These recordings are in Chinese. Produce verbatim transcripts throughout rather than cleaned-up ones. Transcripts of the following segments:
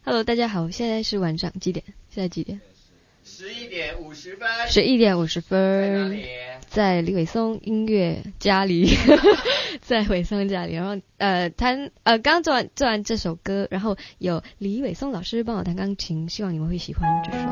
Hello， 大家好，现在是晚上几点？现在几点？ 十一点五十分。 十一点五十分。 在哪里？ 在李伟松音乐家里，在伟松家里，然后呃弹呃刚做完做完这首歌，然后有李伟松老师帮我弹钢琴，希望你们会喜欢这首。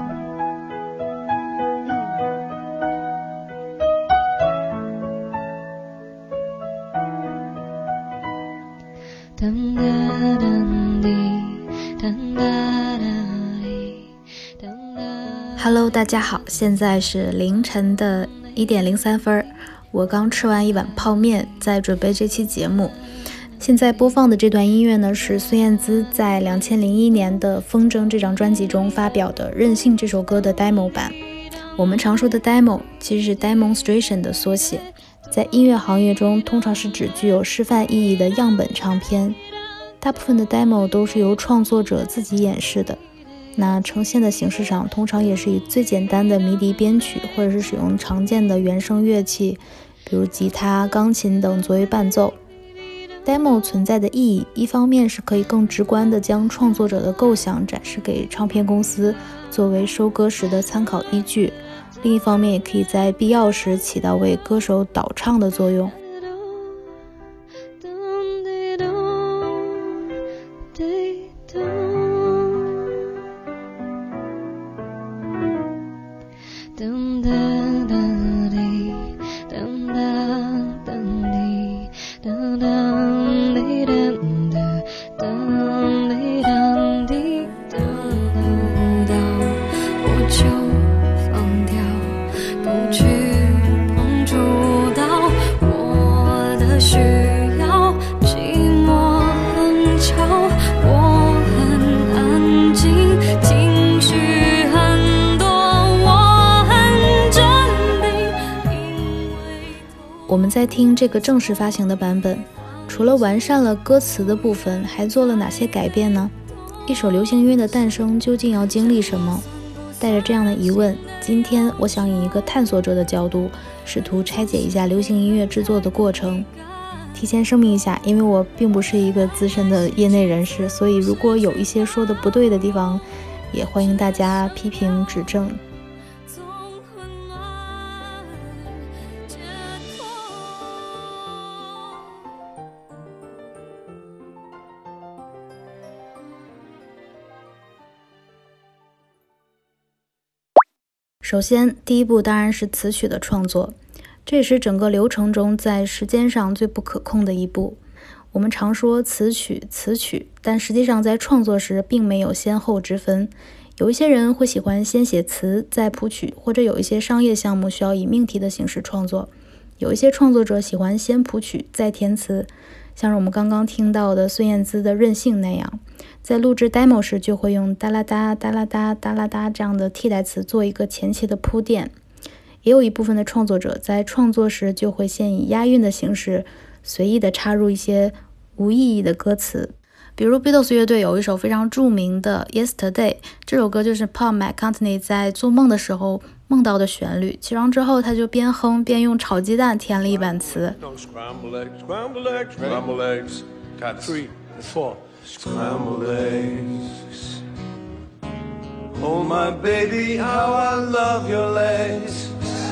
噔哒噔滴，噔哒哒滴，噔哒。 Hello， 大家好，现在是凌晨的一点零三分，我刚吃完一碗泡面，在准备这期节目。现在播放的这段音乐呢，是孙燕姿在两千零一年的《风筝》这张专辑中发表的《任性》这首歌的 demo 版。我们常说的 demo 其实是 demonstration 的缩写，在音乐行业中通常是指具有示范意义的样本唱片。大部分的 demo 都是由创作者自己演示的，那呈现的形式上通常也是以最简单的迷笛编曲，或者是使用常见的原声乐器，比如吉他、钢琴等作为伴奏。demo 存在的意义，一方面是可以更直观地将创作者的构想展示给唱片公司，作为收歌时的参考依据，另一方面也可以在必要时起到为歌手导唱的作用。我们在听这个正式发行的版本，除了完善了歌词的部分，还做了哪些改变呢？一首流行音乐的诞生究竟要经历什么？带着这样的疑问，今天我想以一个探索者的角度，试图拆解一下流行音乐制作的过程。提前声明一下，因为我并不是一个资深的业内人士，所以如果有一些说的不对的地方，也欢迎大家批评指正。首先，第一步当然是词曲的创作，这也是整个流程中在时间上最不可控的一步。我们常说词曲词曲，但实际上在创作时并没有先后之分。有一些人会喜欢先写词再谱曲，或者有一些商业项目需要以命题的形式创作。有一些创作者喜欢先谱曲再填词，像是我们刚刚听到的孙燕姿的《任性》那样，在录制 demo 时就会用哒啦哒哒啦哒哒啦哒这样的替代词做一个前期的铺垫。也有一部分的创作者在创作时就会先以押韵的形式随意的插入一些无意义的歌词，比如 Beatles 乐队有一首非常著名的 Yesterday， 这首歌就是 Paul McCartney 在做梦的时候梦到的旋律，起床之后他就边哼边用炒鸡蛋填了一版词。 Scrambled eggs, scrambled eggs, scrambled eggs, got three, four, scrambled eggs. Oh my baby, how I love your legs.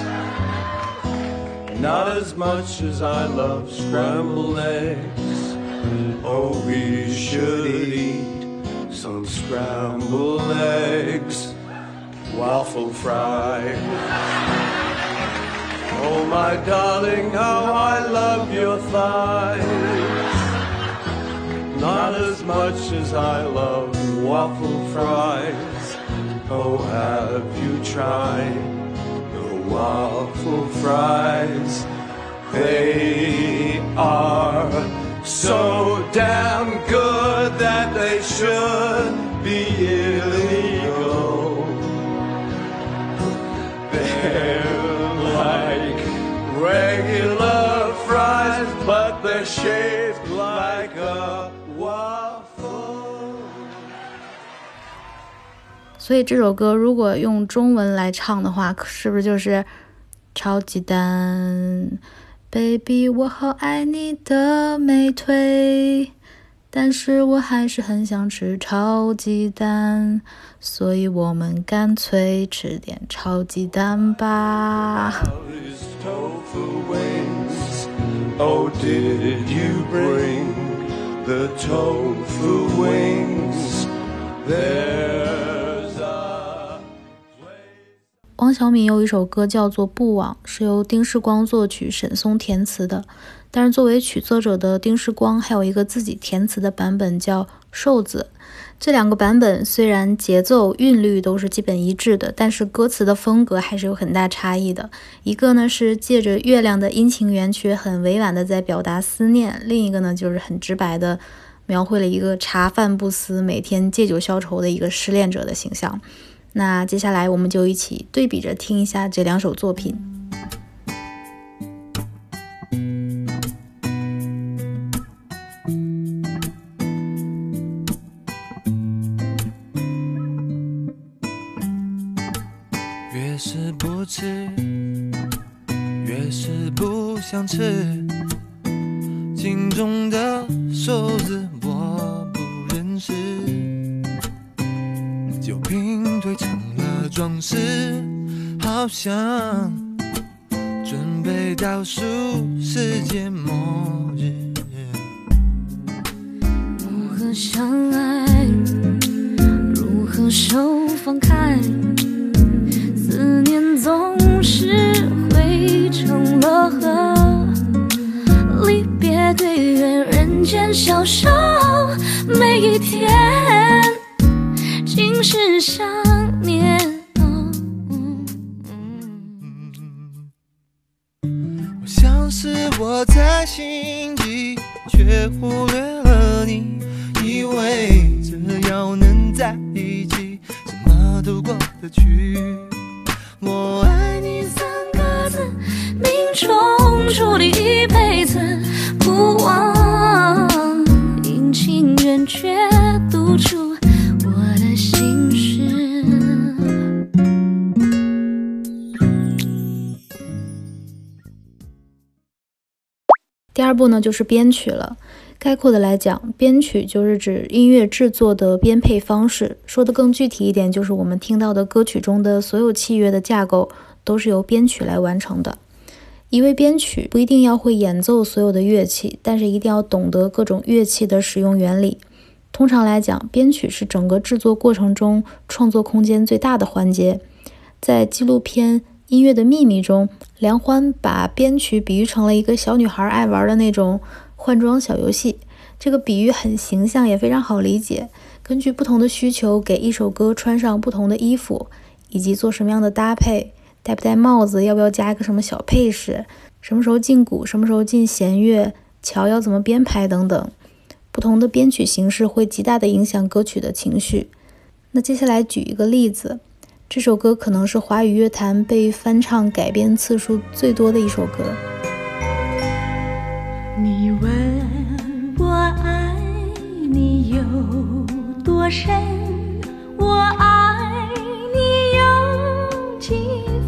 Not as much as I love scrambled eggs. Oh, we should eat some scrambled eggs, waffle fry. Oh, my darling, how I love your thighs. Not as much as I love waffle fries. Oh, have you tried the waffle fries? They are so damn good that they should be illegal. They're like regular fries, but they're shaped like a waffle. 所以这首歌如果用中文来唱的话，是不是就是炒鸡蛋 Baby 我好爱你的美腿但是我还是很想吃炒鸡蛋，所以我们干脆吃点炒鸡蛋吧。 Oh, did you bring the tofu wings? There's a place. 汪小敏有一首歌叫做《不枉》，是由丁世光作曲，沈松填词的。但是作为曲作者的丁世光还有一个自己填词的版本叫瘦子。这两个版本虽然节奏韵律都是基本一致的，但是歌词的风格还是有很大差异的。一个呢是借着月亮的阴晴圆缺很委婉的在表达思念，另一个呢就是很直白的描绘了一个茶饭不思每天借酒消愁的一个失恋者的形象。那接下来我们就一起对比着听一下这两首作品。 越是不吃，越是不想吃，镜中的瘦子我不认识，酒瓶堆成了装饰，好像准备倒数世界末日。 如何相爱，如何手放开，思念总是汇成了河，离别对月人间消瘦，每一天尽是想念、哦嗯嗯、我像是我在心底，却忽略了你，以为只要能在一起，什么都过得去。我爱你三个字，命中注定一辈子不忘，阴晴圆缺读出我的心事。 第二步呢就是编曲了。概括的来讲，编曲就是指音乐制作的编配方式，说的更具体一点，就是我们听到的歌曲中的所有器乐的架构都是由编曲来完成的。一位编曲不一定要会演奏所有的乐器，但是一定要懂得各种乐器的使用原理。通常来讲，编曲是整个制作过程中创作空间最大的环节。在纪录片《音乐的秘密》中，梁欢把编曲比喻成了一个小女孩爱玩的那种换装小游戏，这个比喻很形象，也非常好理解。根据不同的需求，给一首歌穿上不同的衣服，以及做什么样的搭配，戴不戴帽子，要不要加一个什么小配饰，什么时候进鼓，什么时候进弦乐，桥要怎么编排等等。不同的编曲形式会极大地影响歌曲的情绪。那接下来举一个例子，这首歌可能是华语乐坛被翻唱改编次数最多的一首歌。 你问我爱你有多深，我爱你有几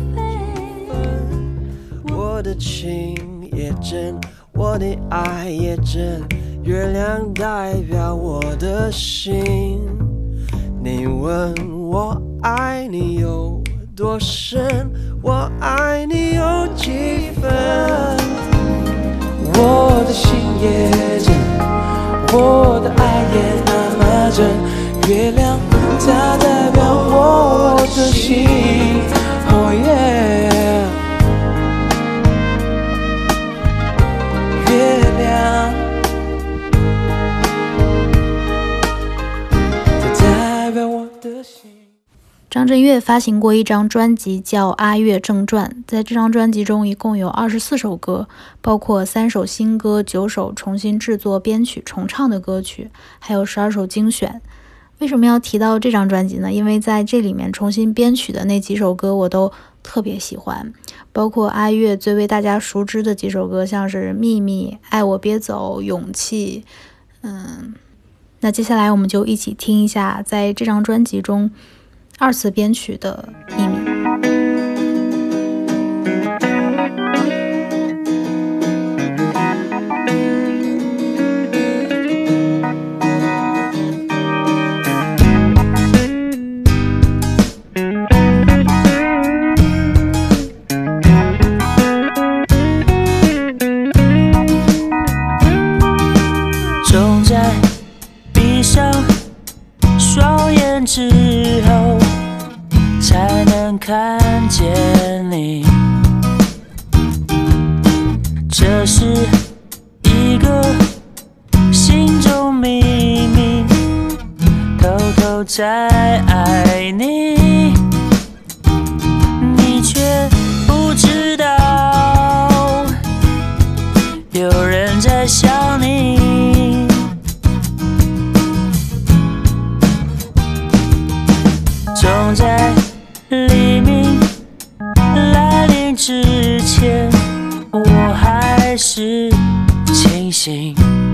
分， 我的情也真，我的爱也真，月亮代表我的心。你问我爱你有多深，我爱你有几分，我的心也真，我的爱也那么真，月亮它代表我的心。Oh yeah， 月亮它代表我的心。 张震岳发行过一张专辑叫《阿岳正传》，在这张专辑中一共有二十四首歌，包括三首新歌、九首重新制作、编曲、重唱的歌曲，还有十二首精选。为什么要提到这张专辑呢？因为在这里面重新编曲的那几首歌我都特别喜欢，包括阿岳最为大家熟知的几首歌，像是《秘密》、《爱我别走》、《勇气》。嗯，那接下来我们就一起听一下在这张专辑中二次编曲的《秘密》。 人之后，才能看见你。这是一个心中秘密，偷偷在爱你，你却不知道，有人在想你。总在黎明来临之前，我还是清醒。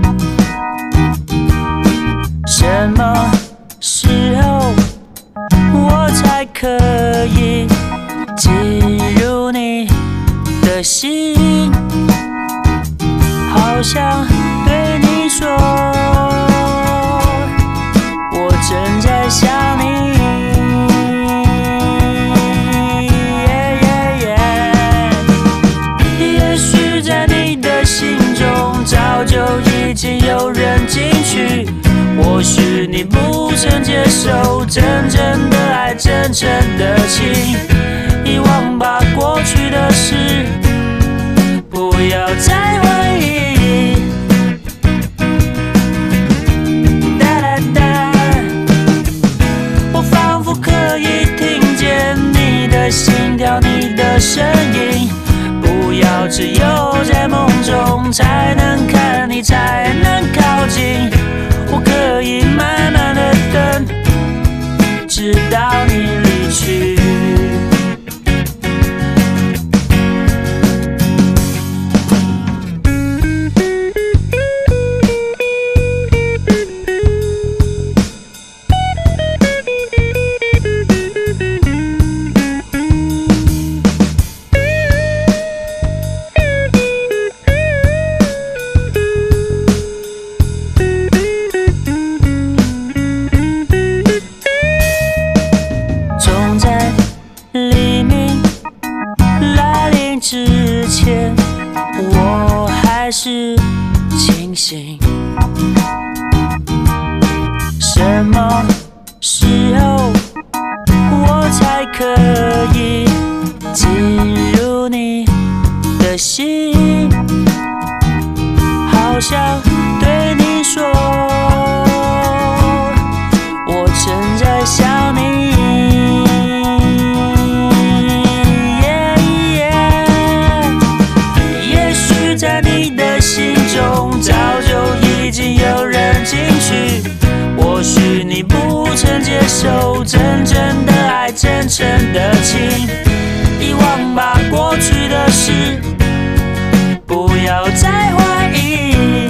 什么时候我才可以进入你的心？好想对你说，我正在想你。早就已经有人进去，或许你不曾接受真正的爱，真正的情。遗忘吧过去的事，不要再回忆。哒哒哒，我仿佛可以听见你的心跳，你的声音。不要只有在梦中才能看你，才能靠近。我可以慢慢的等，直到你离去。之前我还是清醒。什么时候我才可以进入你的心？好想对你说，我正在想你。在你的心中早就已经有人进去，或许你不曾接受真正的爱，真正的情。遗忘吧过去的事，不要再怀疑。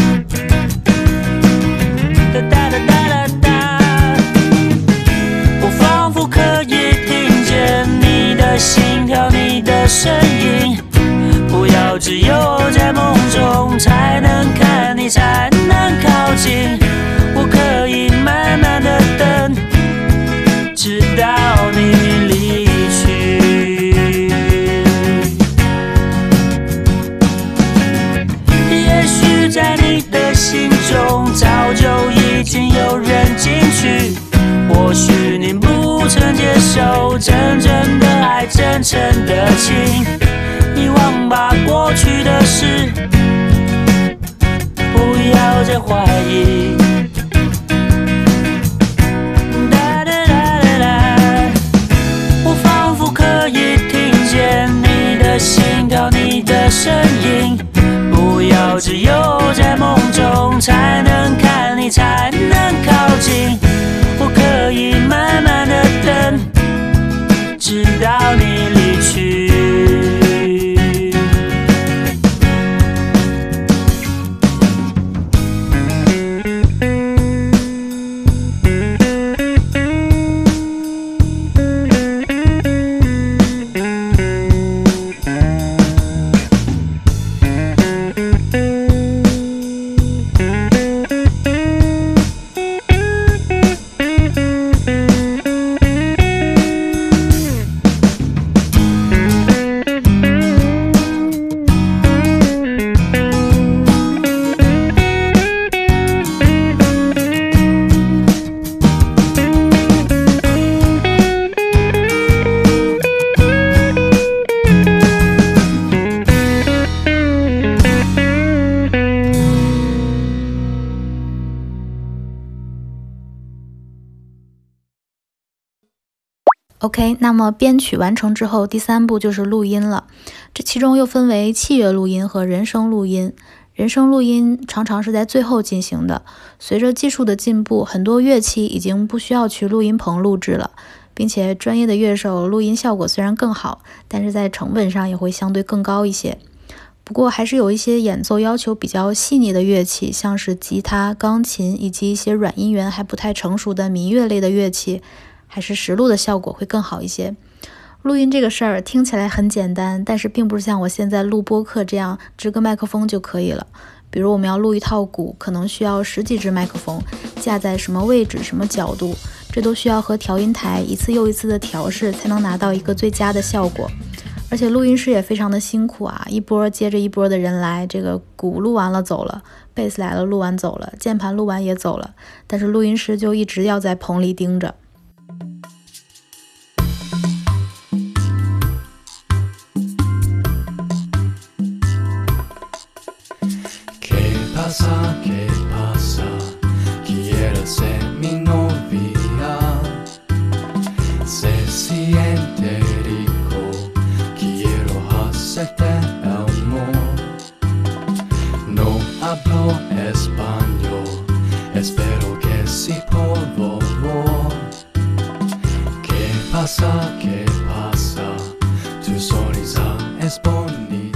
哒哒哒哒哒哒，我仿佛可以听见你的心跳，你的声音。不要只有在梦中才能看你，才能靠近。我可以慢慢的等，直到你离去。也许在你的心中早就已经有人进去，或许你不曾接受真正的爱，真正的情。遗忘吧过去的事，不要再怀疑。哒哒哒哒哒，我仿佛可以听见你的心跳，你的声音。不要只有在梦中才能看你，才能靠近。我可以慢慢的等，直到你离去。 OK， 那么编曲完成之后，第三步就是录音了。这其中又分为器乐录音和人声录音。人声录音常常是在最后进行的。随着技术的进步，很多乐器已经不需要去录音棚录制了，并且专业的乐手录音效果虽然更好，但是在成本上也会相对更高一些。不过还是有一些演奏要求比较细腻的乐器，像是吉他、钢琴以及一些软音源还不太成熟的民乐类的乐器，还是实录的效果会更好一些。录音这个事儿听起来很简单，但是并不是像我现在录播客这样支个麦克风就可以了。比如我们要录一套鼓，可能需要十几支麦克风，架在什么位置、什么角度，这都需要和调音台一次又一次的调试，才能拿到一个最佳的效果。而且录音师也非常的辛苦啊，一波接着一波的人来，这个鼓录完了走了，贝斯来了录完走了，键盘录完也走了，但是录音师就一直要在棚里盯着。 ¿Qué pasa? Quiero ser mi novia. Se siente rico. Quiero hacerte el amor. No hablo español. Espero que sí, por favor. ¿Qué pasa? ¿Qué pasa? Tu sonrisa es bonita.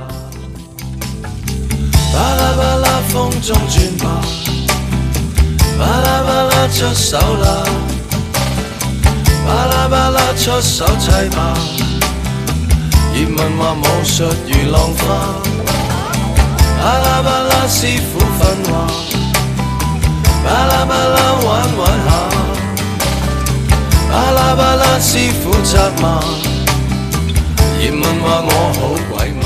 巴拉巴拉风中骏马，巴拉巴拉车少了，巴拉巴拉車手砌馬，葉問話武術如浪花，巴拉巴拉師傅訓話，巴拉巴拉玩玩下，巴拉巴拉師傅責罵，葉問話我好鬼馬。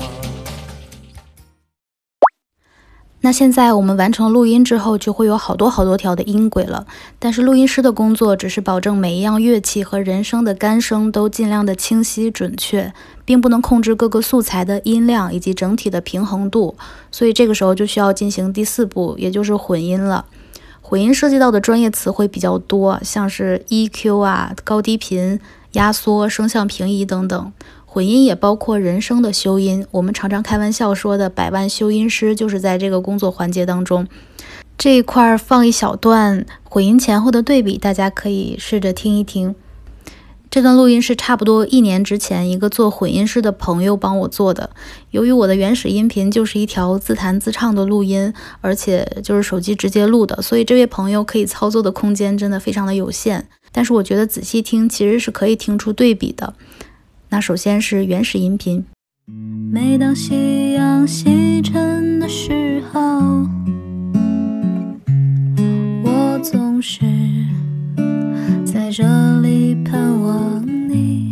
那现在我们完成录音之后，就会有好多好多条的音轨了。但是录音师的工作只是保证每一样乐器和人声的干声都尽量的清晰准确，并不能控制各个素材的音量以及整体的平衡度。所以这个时候就需要进行第四步，也就是混音了。混音涉及到的专业词汇比较多，像是 E Q 啊、高低频、压缩、声像平移等等。混音也包括人声的修音，我们常常开玩笑说的百万修音师就是在这个工作环节当中。这一块放一小段混音前后的对比，大家可以试着听一听。这段录音是差不多一年之前一个做混音师的朋友帮我做的。由于我的原始音频就是一条自弹自唱的录音，而且就是手机直接录的，所以这位朋友可以操作的空间真的非常的有限。但是我觉得仔细听其实是可以听出对比的。那首先是原始音频。 每当夕阳西沉的时候，我总是在这里盼望你。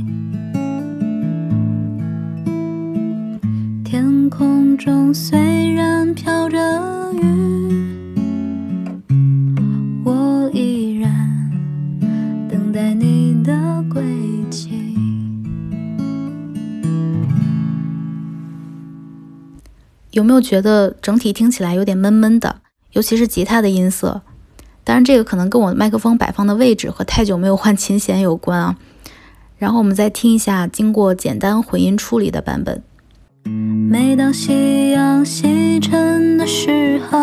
天空中虽然飘着雨，我依然等待你的归期。 有没有觉得整体听起来有点闷闷的，尤其是吉他的音色？当然这个可能跟我麦克风摆放的位置和太久没有换琴弦有关啊。然后我们再听一下经过简单混音处理的版本。 每当夕阳西沉的时候，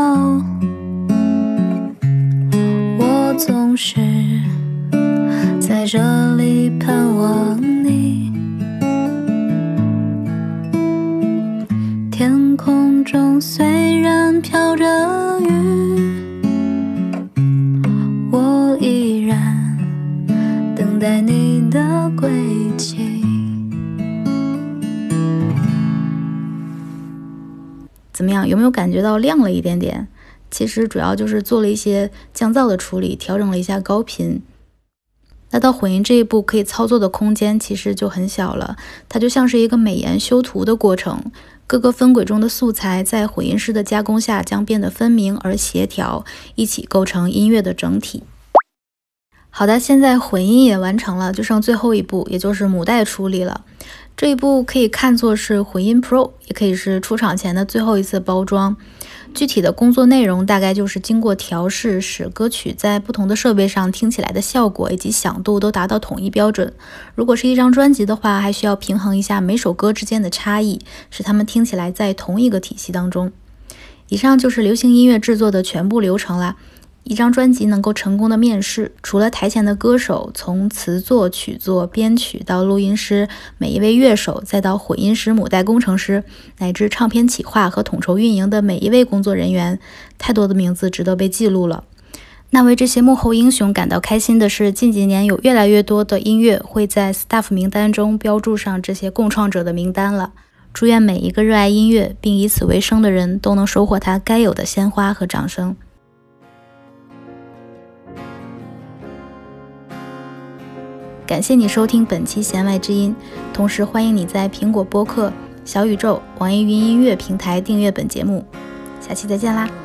我总是在这里盼望你。天空中虽然飘着雨，我依然等待你的归期。 怎么样，有没有感觉到亮了一点点？其实主要就是做了一些降噪的处理，调整了一下高频。那到混音这一步可以操作的空间其实就很小了，它就像是一个美颜修图的过程，各个分轨中的素材在混音师的加工下将变得分明而协调，一起构成音乐的整体。好的，现在混音也完成了，就剩最后一步，也就是母带处理了。这一步可以看作是混音 Pro， 也可以是出厂前的最后一次包装。 具体的工作内容大概就是经过调试，使歌曲在不同的设备上听起来的效果以及响度都达到统一标准。如果是一张专辑的话，还需要平衡一下每首歌之间的差异，使它们听起来在同一个体系当中。以上就是流行音乐制作的全部流程啦。一张专辑能够成功的面世，除了台前的歌手，从词作、曲作、编曲到录音师，每一位乐手，再到混音师、母带工程师，乃至唱片企划和统筹运营的每一位工作人员，太多的名字值得被记录了。那为这些幕后英雄感到开心的是，近几年有越来越多的音乐会在 staff 名单中标注上这些共创者的名单了。祝愿每一个热爱音乐并以此为生的人都能收获他该有的鲜花和掌声。感谢你收听本期弦外之音，同时欢迎你在苹果播客、小宇宙、网易云音乐平台订阅本节目。下期再见啦！